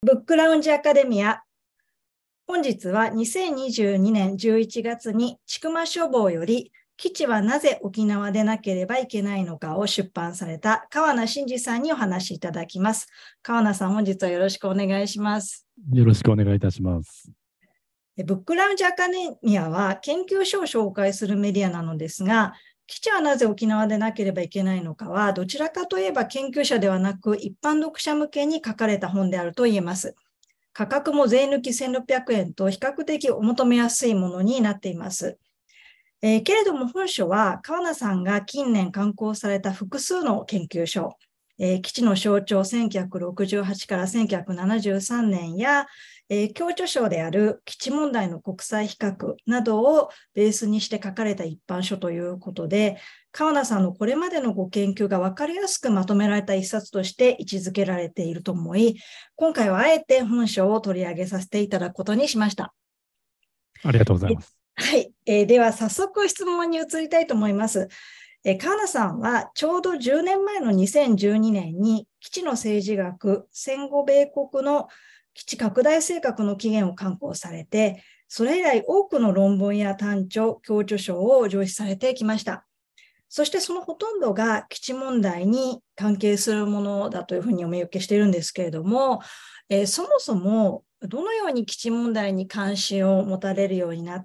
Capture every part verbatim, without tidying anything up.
ブックラウンジアカデミア。本日はにせんにじゅうにねんじゅういちがつに千曲書房より基地はなぜ沖縄でなければいけないのかを出版された川名真司さんにお話しいただきます。川名さん、本日はよろしくお願いします。 よろしくお願いいたします。 ブックラウンジアカデミアは研究書を紹介するメディアなのですが、基地はなぜ沖縄でなければいけないのかは、どちらかといえば研究者ではなく一般読者向けに書かれた本であると言えます。価格も税抜きせんろっぴゃくえんと比較的お求めやすいものになっています。えー、けれども本書は川名さんが近年刊行された複数の研究書、えー、基地の象徴せんきゅうひゃくろくじゅうはちからせんきゅうひゃくななじゅうさんねんや、えー、教著書である基地問題の国際比較などをベースにして書かれた一般書ということで、川名さんのこれまでのご研究が分かりやすくまとめられた一冊として位置づけられていると思い、今回はあえて本書を取り上げさせていただくことにしました。 ありがとうございます。 はい、えー、では早速質問に移りたいと思います。えー、川名さんはちょうどじゅうねんまえのにせんじゅうにねんに基地の政治学、戦後米国の基地拡大政策の起源を刊行されて、それ以来多くの論文や短著、教著書を上梓されてきました。そしてそのほとんどが基地問題に関係するものだというふうにお見受けしているんですけれども、えー、そもそもどのように基地問題に関心を持たれるようになって、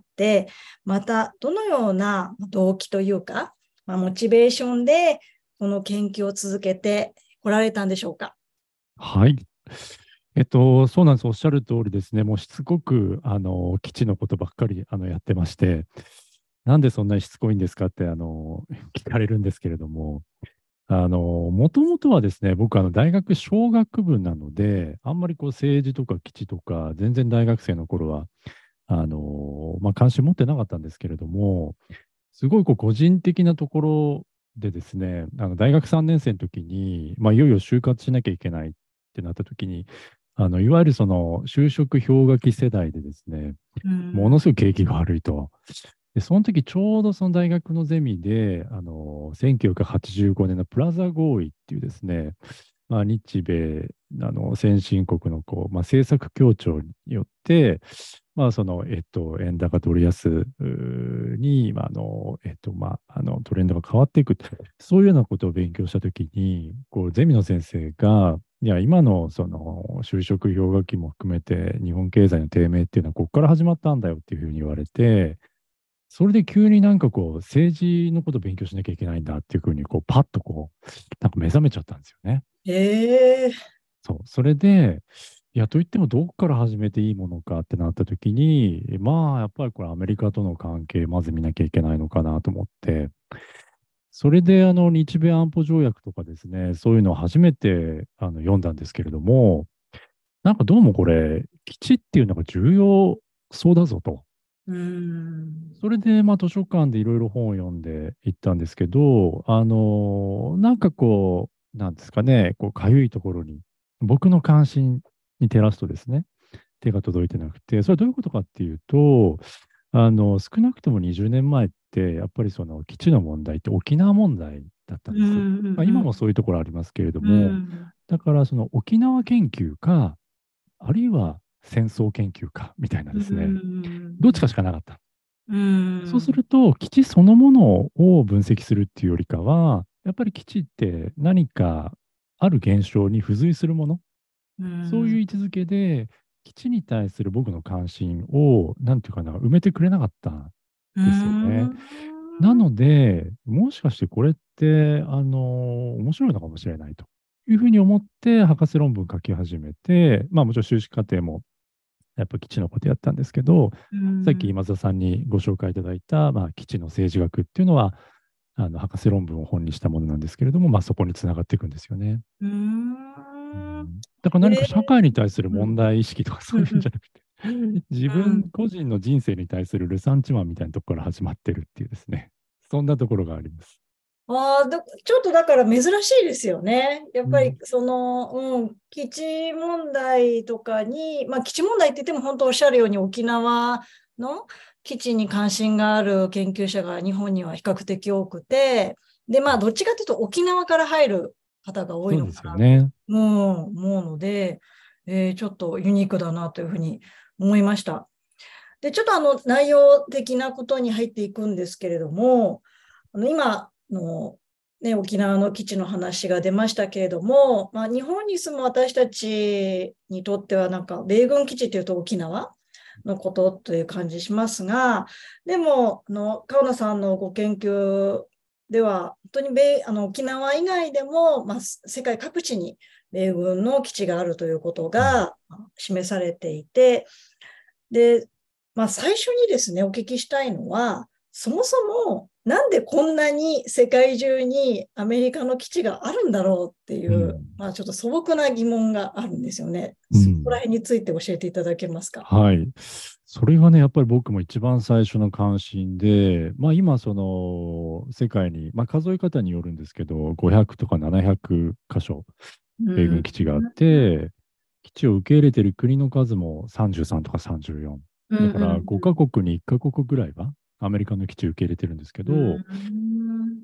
またどのような動機というか、まあ、モチベーションでこの研究を続けてこられたんでしょうか。 はい。えっと、そうなんです。おっしゃる通りですね。もうしつこく、あの、基地のことばっかり、あの、やってまして、なんでそんなにしつこいんですかって、あの、聞かれるんですけれども、あの、もともとはですね、僕、あの、大学商学部なので、あんまりこう、政治とか基地とか、全然大学生の頃は、あの、まあ、関心持ってなかったんですけれども、すごいこう個人的なところでですね、あの大学さんねん生の時に、まあ、いよいよ就活しなきゃいけないってなった時に、あのいわゆるその就職氷河期世代でですね、ものすごい景気が悪いと。で、その時ちょうどその大学のゼミで、あのせんきゅうひゃくはちじゅうごねんのプラザ合意っていうですね、まあ、日米あの先進国のこう、まあ、政策協調によって、まあ、その、えっと、円高ドル安に、まあ、あの、えっと、まあ、あの、トレンドが変わっていく、そういうようなことを勉強したときに、こう、ゼミの先生が、いや、今の、その、就職氷河期も含めて、日本経済の低迷っていうのは、ここから始まったんだよっていうふうに言われて、それで急になんかこう、政治のことを勉強しなきゃいけないんだっていうふうに、こう、パッとこう、なんか目覚めちゃったんですよね。 へえ。 そう。それで、いや、といってもどこから始めていいものかってなった時に、まあ、やっぱりこれアメリカとの関係、まず見なきゃいけないのかなと思って、それであの日米安保条約とかですね、そういうのを初めてあの読んだんですけれども、なんかどうもこれ、基地っていうのが重要そうだぞと。 うーん。 それで、まあ、図書館でいろいろ本を読んでいったんですけど、あのなんかこう、なんですかね、こう、かゆいところに、僕の関心に照らすとですね、手が届いてなくて、それはどういうことかっていうと、あの、少なくともにじゅうねんまえって、やっぱりその基地の問題って沖縄問題だったうんです。まあ、今もん。 そういうところありますけれどうも、 ん。 だからその沖縄研究か、あるいは戦争研究か、みたいなうですね、どっちかん。 しかなかった。 うそうすん。 ると、基地そのものを分析するっていうよりかは、やっぱり基地って何かある現象に付随するもの、 うそういうん。 位置づけで、基地に対する僕の関心を、なんていうかな、埋めてくれなかったんうですよね。 ん。 なので、もしかしてこれって、あの、面白いのかもしれないというふうに思って、博士論文書き始めて、まあもちろん修士課程もやっぱ基地のことやったんですけど、 うさっきん。 今津さんにご紹介いただいた、まあ、基地の政治学っていうのは、あの博士論文を本にしたものなんですけれども、まあ、そこにつながっていくんですよね。 ううん。 ん、だから何かえ社会に対するー、うん。 問題意識とかそういうんじゃなくて、自うん。 分個人の人生に対するルサンチマンみたいなところから始まってるっていうですね、そんなところがあります。 ああ、だちょっとだから珍しいですよね。やっうん、 ぱりその、うん、基地問題とかに、まあ基地問題って言っても本当おっしゃるように沖縄の基地に関心がある研究者が日本には比較的多くて、で、まあどっちかというと沖縄から入る方が多いそうですよのかなと、 ね。 うん、思うので、 えーちょっとユニークだなというふうに思いました。で、ちょっとあの内容的なことに入っていくんですけれども、あの今の、ね、沖縄の基地の話が出ましたけれども、まあ、日本に住む私たちにとっては、なんか米軍基地というと沖縄のことという感じしますが、でも、あの川名さんのご研究では、本当に米あの沖縄以外でも、まあ、世界各地に米軍の基地があるということうん。 が示されていて、で、まあ、最初にですね、お聞きしたいのは、そもそもなんでこんなに世界中にアメリカの基地があるんだろうっていう、 うん。 まあ、ちょっと素朴な疑問があるんですよね。そこらうん。 辺について教えていただけますか。 はい。それがね、やっぱり僕も一番最初の関心で、まあ今、その世界に、まあ数え方によるんですけど、ごひゃくとかななひゃく箇所、 うん。 米軍基地があって、基地を受け入れている国の数もさんじゅうさんとかさんじゅうよん。 うんだからうんごカ国にいっカ国ぐらいはアメリカの基地を受け入れてるんですけうん。 ど、 うん。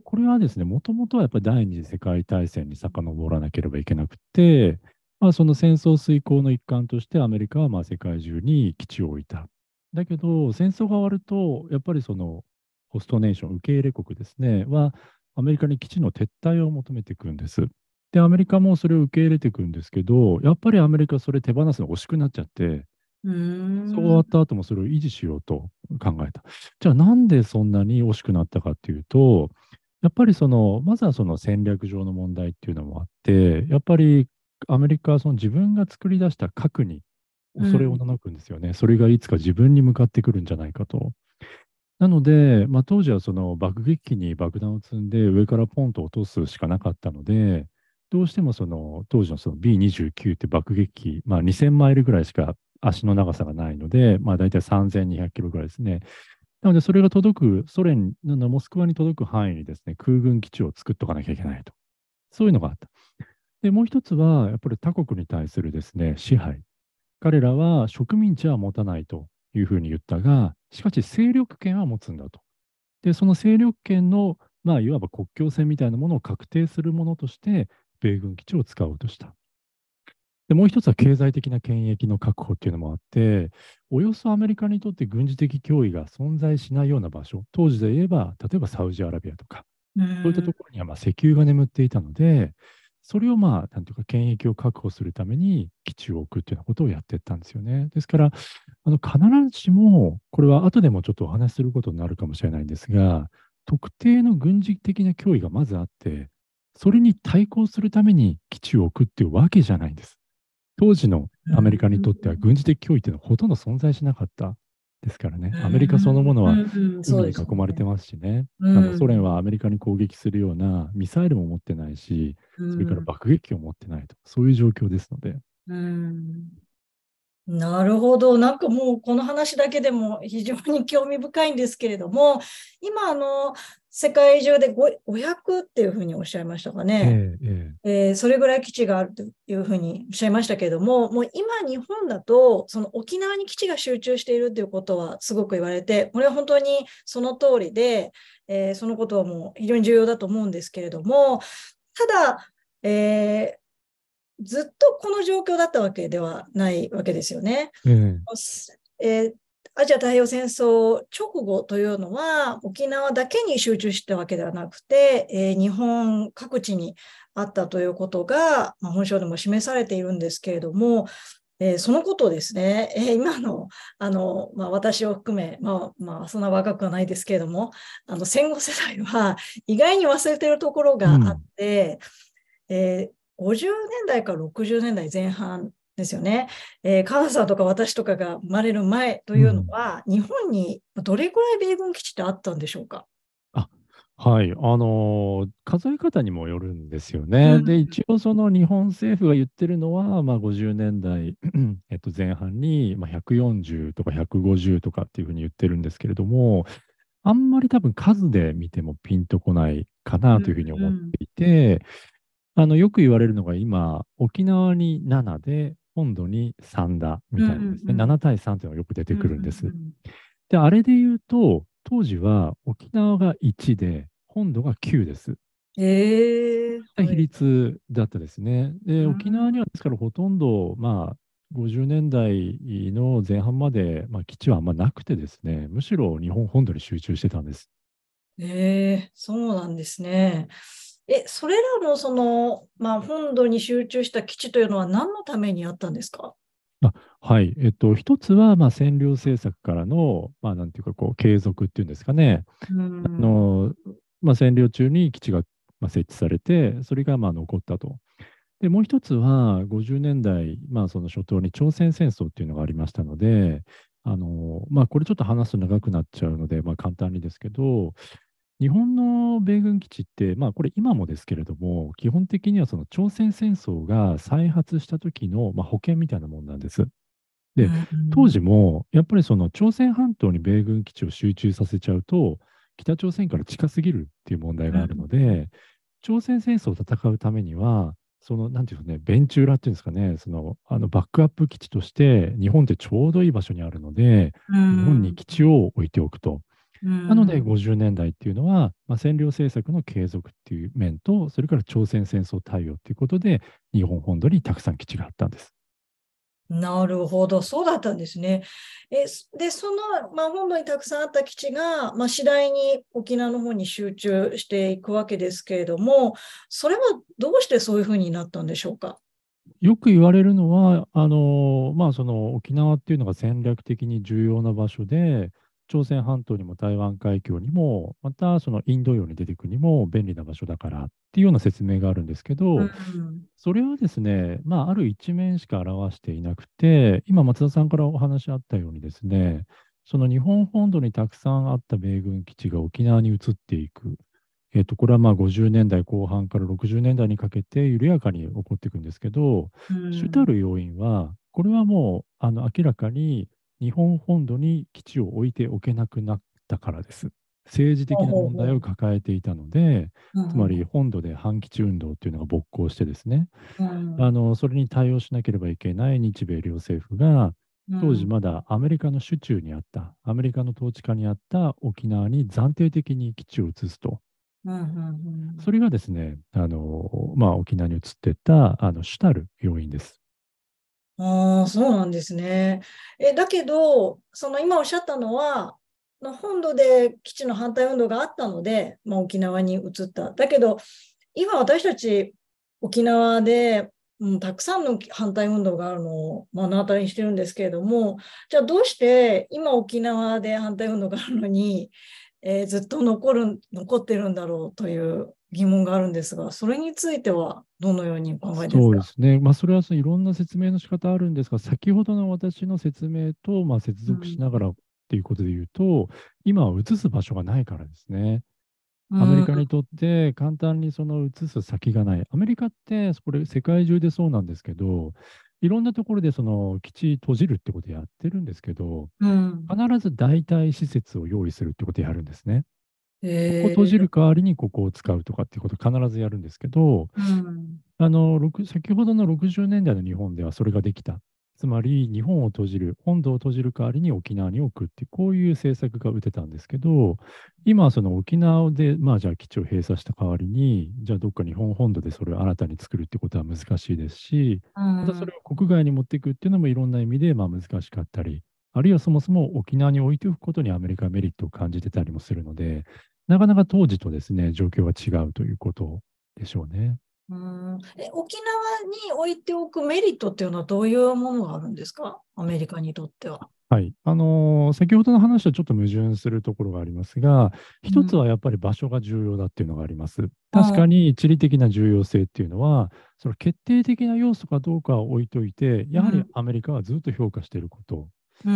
これはですね、もともとはやっぱり第二次世界大戦に遡らなければいけなくて、まあ、その戦争遂行の一環としてアメリカはまあ世界中に基地を置いた。だけど、戦争が終わると、やっぱりそのホストネーション、受け入れ国ですね、はアメリカに基地の撤退を求めていくんです。で、アメリカもそれを受け入れていくんですけど、やっぱりアメリカそれ手放すの惜しくなっちゃって、 うそう終わん。 った後もそれを維持しようと考えた。じゃあなんでそんなに惜しくなったかっていうと、やっぱりその、まずはその戦略上の問題っていうのもあって、やっぱりアメリカはその自分が作り出した核に恐れおののくんですよね。それがいつか自分に向かってくるんじゃないかと。なので、まあ、当時はその爆撃機に爆弾を積んで上からポンと落とすしかなかったので、どうしてもその当時のその ビーにじゅうきゅう って爆撃機、まあ、にせんマイルぐらいしか足の長さがないので、まあ、大体さんぜんにひゃくキロぐらいですね。なので、それが届く、ソ連のモスクワに届く範囲にですね、空軍基地を作っとかなきゃいけないと。そういうのがあった。で、もう一つは、やっぱり他国に対するですね、支配。彼らは植民地は持たないというふうに言ったが、しかし勢力圏は持つんだと。で、その勢力圏の、まあ、いわば国境線みたいなものを確定するものとして、米軍基地を使おうとした。で、もう一つは経済的な権益の確保っていうのもあって、およそアメリカにとって軍事的脅威が存在しないような場所、当時で言えば、例えばサウジアラビアとか、 うそういったとん。 ころにはまあ石油が眠っていたので、それをまあ、なんていうか、権益を確保するために基地を置くっていうようなことをやっていったんですよね。ですから、あの必ずしも、これは後でもちょっとお話しすることになるかもしれないんですが、特定の軍事的な脅威がまずあって、それに対抗するために基地を置くっていうわけじゃないんです。当時のうアメリカにとってはん。 軍事的脅威っていうのはほとんど存在しなかったですからね。 うアメリカそのものはん。うん。そう海にですよね。 囲まれてますしね。あのソ連うん。 はアメリカに攻撃するようなミサイルも持ってないし、 うそれからん。 爆撃機を持ってないと。そういう状況ですので。 うん。なるほど。なんかもうこの話だけでも非常に興味深いんですけれども、今、あの、世界中でごごひゃくっていうふうにおっしゃいましたかね。 ええ、ええ。 えーそれぐらい基地があるというふうにおっしゃいましたけれども、もう今日本だと、その沖縄に基地が集中しているということはすごく言われて、これは本当にその通りで、えーそのことはもう非常に重要だと思うんですけれども、ただ、えーずっとこの状況だったわけではないわけですよね。 ええ。 えーアジア太平洋戦争直後というのは沖縄だけに集中したわけではなくて、えー日本各地にあったということが、まあ、本書でも示されているんですけれども、えーそのことをですね、えー今のあの、まあ、私を含め、まあまあ、そんな若くはないですけれども、あの戦後世代は意外に忘れているところがあっうん。 て、えーごじゅうねんだいからろくじゅうねんだいぜん半ですよね。えー、カナさんとか私とかが生まれる前というのうん。 は、日本にどれくらい米軍基地ってあったんでしょうか。 あ、はい。あのー数え方にもよるんですよね。で、 うん。 一応その日本政府が言ってるのは、まあ、ごじゅうねんだい、えっと、前半に、まあ、ひゃくよんじゅうとかひゃくごじゅうとかっていうふうに言ってるんですけれども、あんまり多分数で見てもピンとこないかなというふうにうん。 思っていて、あの、よく言われるのが今、沖縄にななで、本土にさんだみうん。 たいなですね、 うん。 なな対さんというのがよく出てうん。 くるんです。 うん。 で、あれで言うと、当時は沖縄がいちで、本土がきゅうです。 ええー、 比はい。 率だったですね。 うで、沖縄にはん。 ですからほとんど、まあ、 ごじゅうねんだいの前半まで、まあ、基地はあんまなくてですね、むしろ日本本土に集中してたんです。 ええ、そうなんですね。え、それらのその、まあ、本土に集中した基地というのは何のためにあったんですか？ あ、はい。えっと、一つは、まあ、占領政策からの、まあ、なんていうか、こう、継続っていうんですかね。 うあん。 の、まあ、占領中に基地が、まあ、設置されて、それが、まあ、残ったと。で、もう一つは、ごじゅうねんだい、まあ、その初頭に朝鮮戦争っていうのがありましたので、あの、まあ、これちょっと話すと長くなっちゃうので、まあ、簡単にですけど、日本の米軍基地って、まあ、これ今もですけれども、基本的にはその朝鮮戦争が再発した時の、まあ、保険みたいなもんなんです。で、 うん。う当時ん。 も、やっぱりその朝鮮半島に米軍基地を集中させちゃうと、北朝鮮から近すぎるっていう問題があるので、朝鮮戦争を戦うためには、その、なんていうんですかね、ベンチューラっていうんですかね、その、あの、バックアップ基地として、日本ってちょうどいい場所にあるので、 う日本にん。 基地を置いておくと。 うなので、 ん。 ごじゅうねんだいっていうのは、まあ、占領政策の継続っていう面と、それから朝鮮戦争対応っていうことで、日本本土にたくさん基地があったんです。 なるほど、そうだったんですね。え、で、その、まあ、本土にたくさんあった基地が、まあ、次第に沖縄の方に集中していくわけですけれども、それはどうしてそういうふうになったんでしょうか？ よく言われるのは、あのまあ、その沖縄っていうのが戦略的に重要な場所で、朝鮮半島にも台湾海峡にも、またそのインド洋に出てくにも便利な場所だからっていうような説明があるんですけうど、 ん。 それはですね、まあ、ある一面しか表していなくて、今、松田さんからお話あったようにですね、その日本本土にたくさんあった米軍基地が沖縄に移っていく。えっと、これはまあごじゅうねんだいこう半からろくじゅうねんだいにかけて緩やかに起こっていくんですけど、 う主たん。 る要因は、これはもうあの明らかに日本本土に基地を置いておけなくなったからです。政治ほう的な問題をほうほ抱えていたので、 う。うん。 つまり本土で反基地運動っていうのが勃興してですね、 うん。 あのそれに対応しなければいけない日米両政府が、当時うん。 まだアメリカの手中にあった、アメリカの統治下にあった沖縄に暫定的に基地を移すと。 うん。うん。 それがですね、あの、まあ、沖縄に移っていったあの主たる要因です。 ああ、そうなんですね。え、だけど、その今おっしゃったのは、まあ本土で基地の反対運動があったので、まあ、沖縄に移った。だけど、今私たち沖縄で、うん、たくさんの反対運動があるのを目の当たりにしてるんですけれども、じゃあどうして今沖縄で反対運動があるのに、えーずっと残る、残ってるんだろうという疑問があるんですが、それについてはどのようにお考えですか？ そうですね。まあ、それはそのいろんな説明の仕方あるんですが、先ほどの私の説明と、まあ、接続しうん。 ながらっていうことで言うと、今は移す場所がないからですね。 うん。 アメリカにとって簡単にその移す先がない。アメリカって、これ世界中でそうなんですけど、いろんなところでその基地閉じるってことやってるんですけど、 うん。 必ず代替施設を用意するってことをやるんですね。ここ閉じるえー、 代わりにここを使うとかっていうことを必ずやるんですけど、 うん。 あの、ろく先ほどのろくじゅうねんだいの日本ではそれができた。つまり、日本を閉じる、本土を閉じる代わりに沖縄に置くっていう、こういう政策が打てたんですけど、今はその沖縄で、まあじゃあ基地を閉鎖した代わりに、じゃあどっか日本本土でそれを新たに作るってことは難しいですし、 うん。 またそれを国外に持っていくっていうのもいろんな意味でまあ難しかったり、あるいはそもそも沖縄に置いておくことにアメリカはメリットを感じてたりもするので、なかなか当時とですね、状況が違うということでしょうね。 うん。え、沖縄に置いておくメリットっていうのはどういうものがあるんですか？アメリカにとっては。 はい。あのー先ほどの話とちょっと矛盾するところがありますが、一つうん。 はやっぱり場所が重要だっていうのがあります。確あ、 かに地理的な重要性っていうのは、その決定的な要素かどうかは置いといて、やはりうん。 アメリカはずっと評価していること。 うん。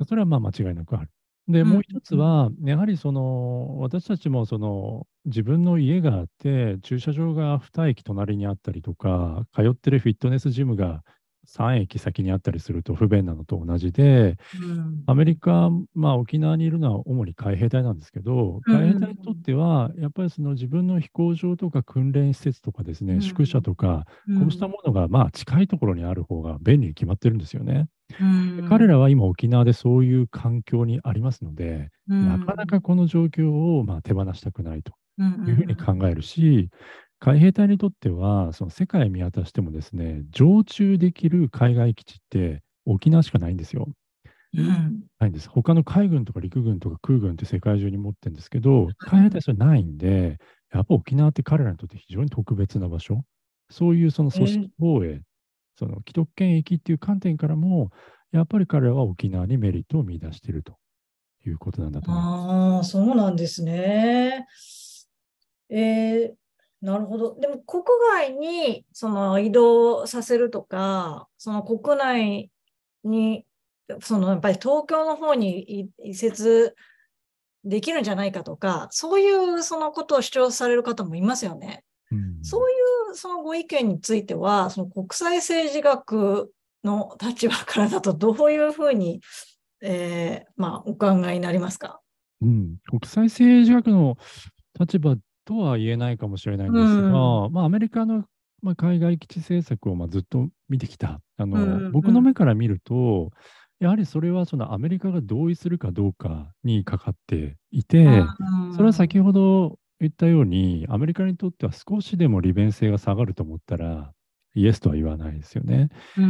それはまあ間違いなくある。で、 うん。 もう一つは、やはりその、私たちもその、自分の家があって、駐車場がに駅隣にあったりとか、通ってるフィットネスジムがさん駅先にあったりすると不便なのと同じで、 うん。 アメリカ、まあ、沖縄にいるのは主に海兵隊なんですけど、 うん。 海兵隊にとっうん。 ては、やっぱりその自分の飛行場とか訓練施設とかですね、宿舎うん。 とか、こうしたうん。 ものがまあ近いところにある方が便利に決まってるんですよね。 うん。 彼らは今沖縄でそういう環境にありますので、 うなかなん。 かこの状況をまあ手放したくないとうん。 いうふうに考えるし、 海兵隊にとっては、その世界見渡してもですね、常駐できる海外基地って沖縄しかないんですよ。 うん。 ないんです。他の海軍とか陸軍とか空軍って世界中に持ってるんですけど、海兵隊はそれないんで、やっぱ沖縄って彼らにとって非常に特別な場所。そういうその組織えー防衛、その既得権益っていう観点からも、やっぱり彼らは沖縄にメリットを見出しているということなんだと思います。 ああ、そうなんですね。えーなるほど。でも国外にその移動させるとか、その国内に、そのやっぱり東京の方に移移設できるんじゃないかとか、そういうそのことを主張される方もいますよね。 うん。 そういうそのご意見については、その国際政治学の立場からだとどういうふうに、えーまあ、お考えになりますか？ うん、国際政治学の立場とは言えないかもしれないんうですん。 が、まあ、アメリカの、まあ、海外基地政策をまあずっと見てきたあうんのうん。 僕の目から見ると、やはりそれはそのアメリカが同意するかどうかにかかっていて、それは先ほど言ったように、アメリカにとっては少しでも利便性が下がると思ったら、イエスとは言わないですよね。 うん。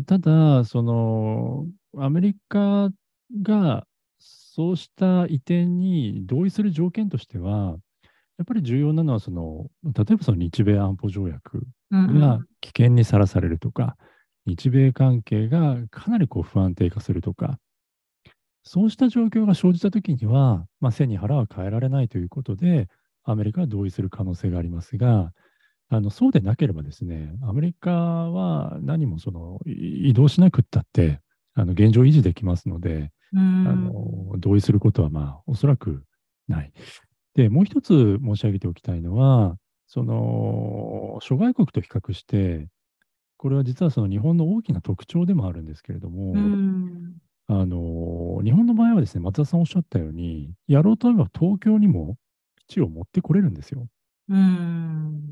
で、ただ、その、アメリカがそうした移転に同意する条件としては、やっぱり重要なのはその、例えばその日米安保条約がうん危険にさらされるとか、日米関係がかなりこう不安定化するとか、そうした状況が生じたときには、まあ、背に腹は変えられないということで、アメリカは同意する可能性がありますが、あのそうでなければですね、アメリカは何もそのい移動しなくったって、あの現状維持できますので、 うあん。 の同意することはまあおそらくない。で、もう一つ申し上げておきたいのは、その諸外国と比較して、これは実はその日本の大きな特徴でもあるんですけれどうも、 ん。 あの日本の場合はですね、松田さんおっしゃったように、やろうと思えば東京にも基地を持ってこれるんですよ。 うん。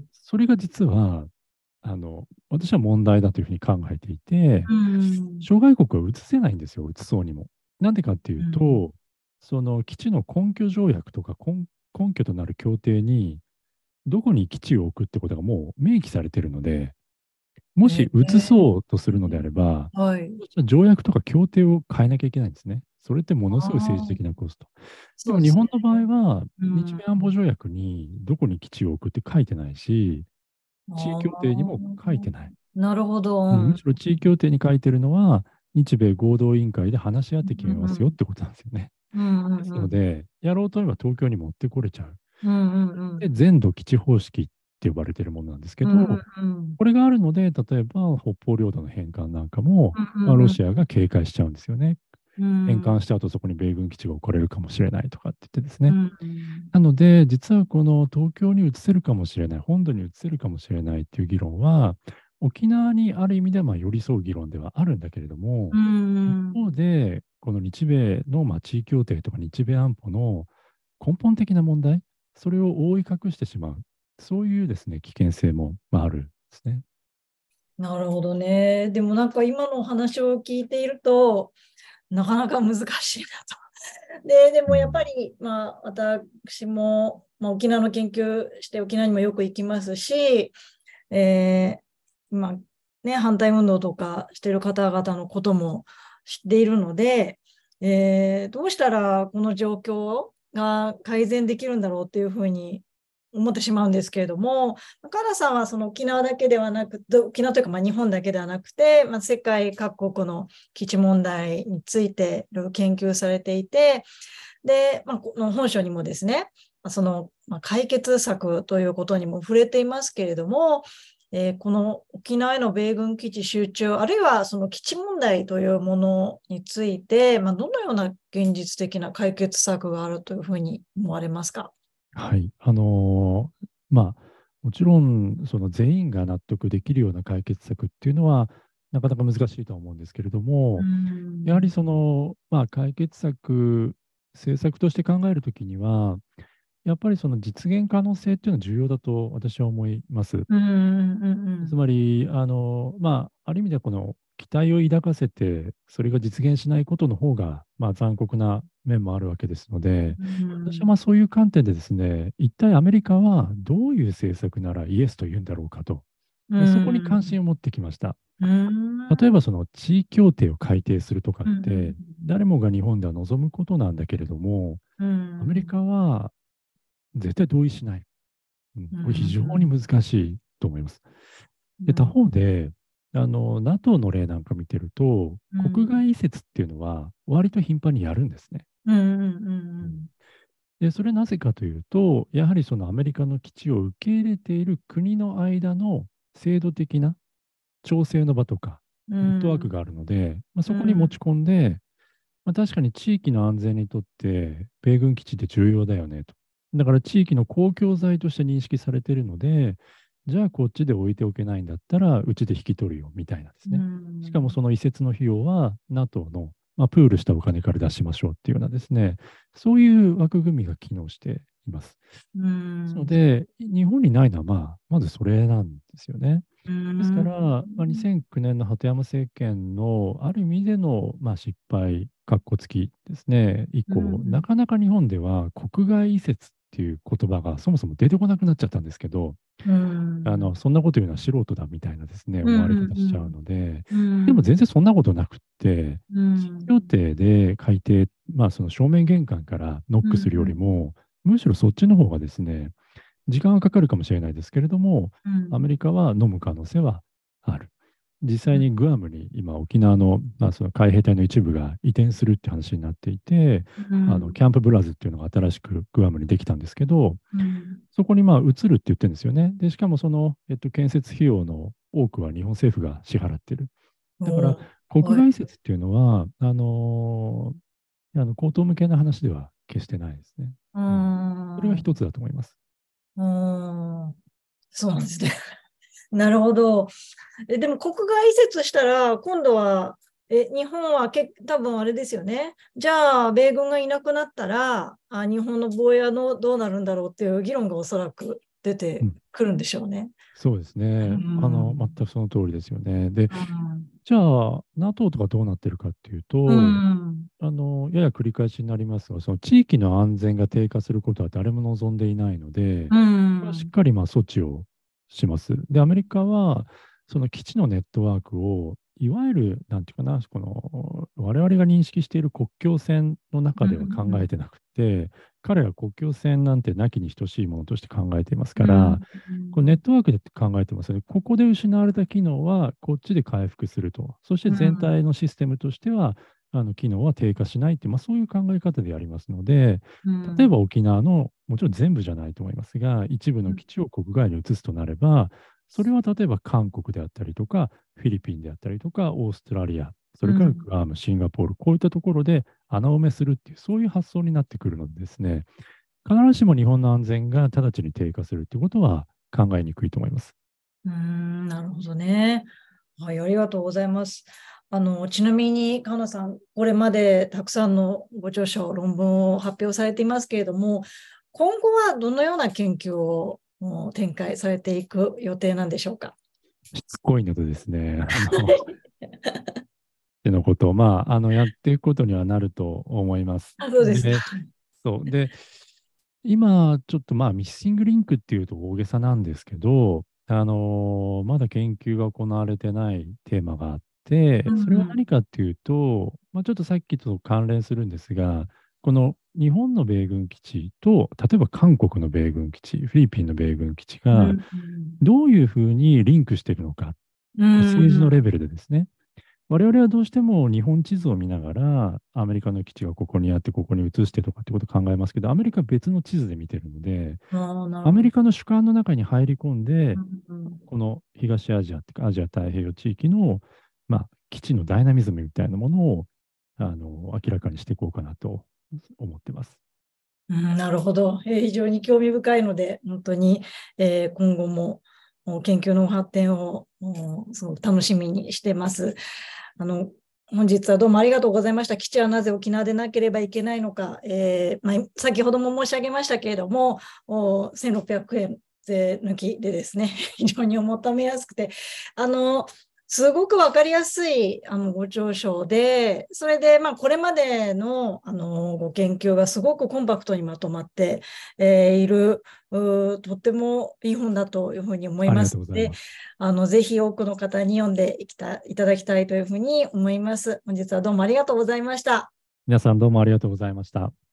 それが実は、あの、私は問題だというふうに考えていて、 うん。 諸外国は移せないんですよ、移そうにも。なんでかっていううん。 と、その基地の根拠条約とか根根拠となる協定に、どこに基地を置くってことがもう明記されているので、もえし移ーそうとするのであれば、 はい。 条約とか協定を変えなきゃいけないんですね。それってものすごい政治ああ、 的なコスト。でもそうですね。 日本の場合は、 うん。 日米安保条約にどこに基地を置くって書いてないし、地位協定にあも書いてない。 あ、なるほど。ううん、むん。 しろ地位協定に書いてるのは、日米合同委員会で話し合って決めますよっうん。 てことなんですよね。 うん。うですのん。 で、やろうと思えば東京に持ってこれちゃう。 うん。うん。 で、全土基地方式って呼ばれているものなんですけうん。 ど、 うん。 これがあるので、例えば北方領土の返還なんかも、まあ、 うん。うん。 ロシアが警戒しちゃうんですよね。 うん。 返還した後そこに米軍基地が置かれるかもしれないとかって言ってですね。 うん。 なので、実はこの東京に移せるかもしれない、本土に移せるかもしれないっていう議論は、沖縄にある意味ではまあ寄り添う議論ではあるんだけれども、 う一ん。 方で、この日米のまあ地位協定とか日米安保の根本的な問題、それを覆い隠してしまう、そういうですね、危険性もまああるんですね。ななるほどね。でもなんか今のお話を聞いていると、なかなか難しいなと。で、でもやっぱうん。 り、まあ、私も、まあ、沖縄の研究して沖縄にもよく行きますし、えー、今、ね、反対運動とかしている方々のことも知っているので、えー、どうしたらこの状況が改善できるんだろうっていうふうに思ってしまうんですけれども、カラさんはその沖縄だけではなくて、沖縄というかまあ日本だけではなくて、まあ、世界各国の基地問題についていろいろ研究されていて、で、まあ、この本書にもですね、その、まあ、解決策ということにも触れていますけれども、えーこの沖縄への米軍基地集中、あるいはその基地問題というものについて、まあ、どのような現実的な解決策があるというふうに思われますか？ はい。あのーまあ、もちろん、その全員が納得できるような解決策っていうのは、なかなか難しいとは思うんですけれどうも、やはりん。 その、まあ、解決策、政策として考えるときには、 やっぱりその実現可能性っていうのは重要だと私は思います。 うんうんうんつまり、あの、まあ、ある意味ではこの期待を抱かせて、それが実現しないことの方が、まあ、残酷な面もあるわけですので、私はまあそういう観点でですね、一体アメリカはどういう政策ならイエスと言うんだろうかと、 うでそこに関ん心を持ってきました。 うん例えばその地位協定を改定するとかっうんて、誰もが日本では望むことなんだけれども、アメリカは絶対同意しない。うん、 うこれ非常にん難しいと思います。で、他うん方で、あの、NATO の例なんか見てると、国うん外移設っていうのは割と頻繁にやるんですね。 うんううんんで、それなぜかというと、やはりそのアメリカの基地を受け入れている国の間の制度的な調整の場とか、 うネットワークんがあるので、まあ、そこに持ちうん込んで、まあ、確かに地域の安全にとって米軍基地って重要だよねと。だから地域の公共財として認識されているので、じゃあこっちで置いておけないんだったら、うちで引き取るよみたいなですうね。しかもその移設の費用は NATO の、まあ、プールしたお金から出しましょうっていうようなですね、そういう枠組みが機能しています。ですのんで、日本にないのは、まあ、まずそれなんですよね。 うですから、 んまあ、にせんきゅうねんの鳩山政権のある意味での、まあ、失敗、かっこつきですね、以降、なかなか日本では国外移設っていう言葉がそもそも出てこなくなっちゃったんですけど、あのそんなこと言うのは素人だみたいなですね、思われ方しちゃうので、でも全然そんなことなくって、地域協定で改定、まあ、その正面玄関からノックするよりも、むしろそっちの方がですね、時間はかかるかもしれないですけれども、アメリカは飲む可能性はある。実際にグアムに今、沖縄の、まあ、その海兵隊の一部が移転するって話になっていて、あのキャンプブラズっていうのが新しくグアムにできたんですけど、そこにまあ移るって言ってるんですよね。で、しかもその、えっと、建設費用の多くは日本政府が支払ってる。だから、国外移設っていうのは、あのーあの口頭向けな話では決してないですね。うん、それが一つだと思います。 うん、そうなんですね。なるほど。え、でも国外移設したら、今度は、え、日本はけ多分あれですよね。じゃあ、米軍がいなくなったら、あ、日本の防衛はのどうなるんだろうっていう議論がおそらく出てうんくるんでしょうね。 そうですうね。あの、全ん。 くその通りですよね。で、 うん。 じゃあ、NATO とかどうなってるかっていううと、 ん。 あの、やや繰り返しになりますが、その地域の安全が低下することは誰も望んでいないので、 うこれはしっん。 かりまあ措置をします。で、アメリカは、その基地のネットワークを、いわゆる、なんていうかな、この、我々が認識している国境線の中では考えてなくて、彼らは国境線なんてなきに等しいものとして考えていますから、これネットワークで考えてますよね。ここで失われた機能はこっちで回復すると。そして全体のシステムとしては、あの機能は低下しないっていう、まあ、そういう考え方でありますので、例えば沖縄の、もちろん全部じゃないと思いますが、一部の基地を国外に移すとなれば、それは例えば韓国であったりとか、フィリピンであったりとか、オーストラリア、それからグアム、シンガポール、こういったところで穴埋めするっていう、そういう発想になってくるのでですね、必ずしも日本の安全が直ちに低下するということは考えにくいと思います。 うん、なるほどね。はい、ありがとうございます。あの、ちなみに、河野さん、これまでたくさんのご著書、論文を発表されていますけれども、今後はどのような研究を展開されていく予定なんでしょうか。 しつこいのでですね、あの、ってのことを、まあ、あの、やっていくことにはなると思います。 あ、そうですで、 か。 そう。で、今、ちょっとまあ、ミッシングリンクっていうと大げさなんですけど、あのーまだ研究が行われてないテーマがあって、それは何かっていうと、まあ、ちょっとさっきと関連するんですが、この日本の米軍基地と、例えば韓国の米軍基地、フィリピンの米軍基地が、どういうふうにリンクしているのか、こう政治のレベルでですね。我々はどうしても日本地図を見ながら、アメリカの基地がここにあって、ここに移してとかってことを考えますけど、アメリカは別の地図で見てるので、アメリカの主観の中に入り込んで、この東アジアっていうか、アジア太平洋地域の、まあ、基地のダイナミズムみたいなものをあの明らかにしていこうかなと思ってます。 うん、なるほど、えー。非常に興味深いので、本当に、えー、今後も研究の発展をそう楽しみにしてます。あの本日はどうもありがとうございました。基地はなぜ沖縄でなければいけないのか、えーまあ、先ほども申し上げましたけれども、せんろっぴゃくえん税抜きでですね、非常にお求めやすくて、あの、すごく分かりやすいあのご長所で、それで、まあ、これまでの、あのご研究がすごくコンパクトにまとまって、えーいる、とってもいい本だというふうに思いありがますので、 とうございます。 あのぜひ多くの方に読んでいきたいただきたいというふうに思います。本日はどうもありがとうございました。 皆さんどうもありがとうございました。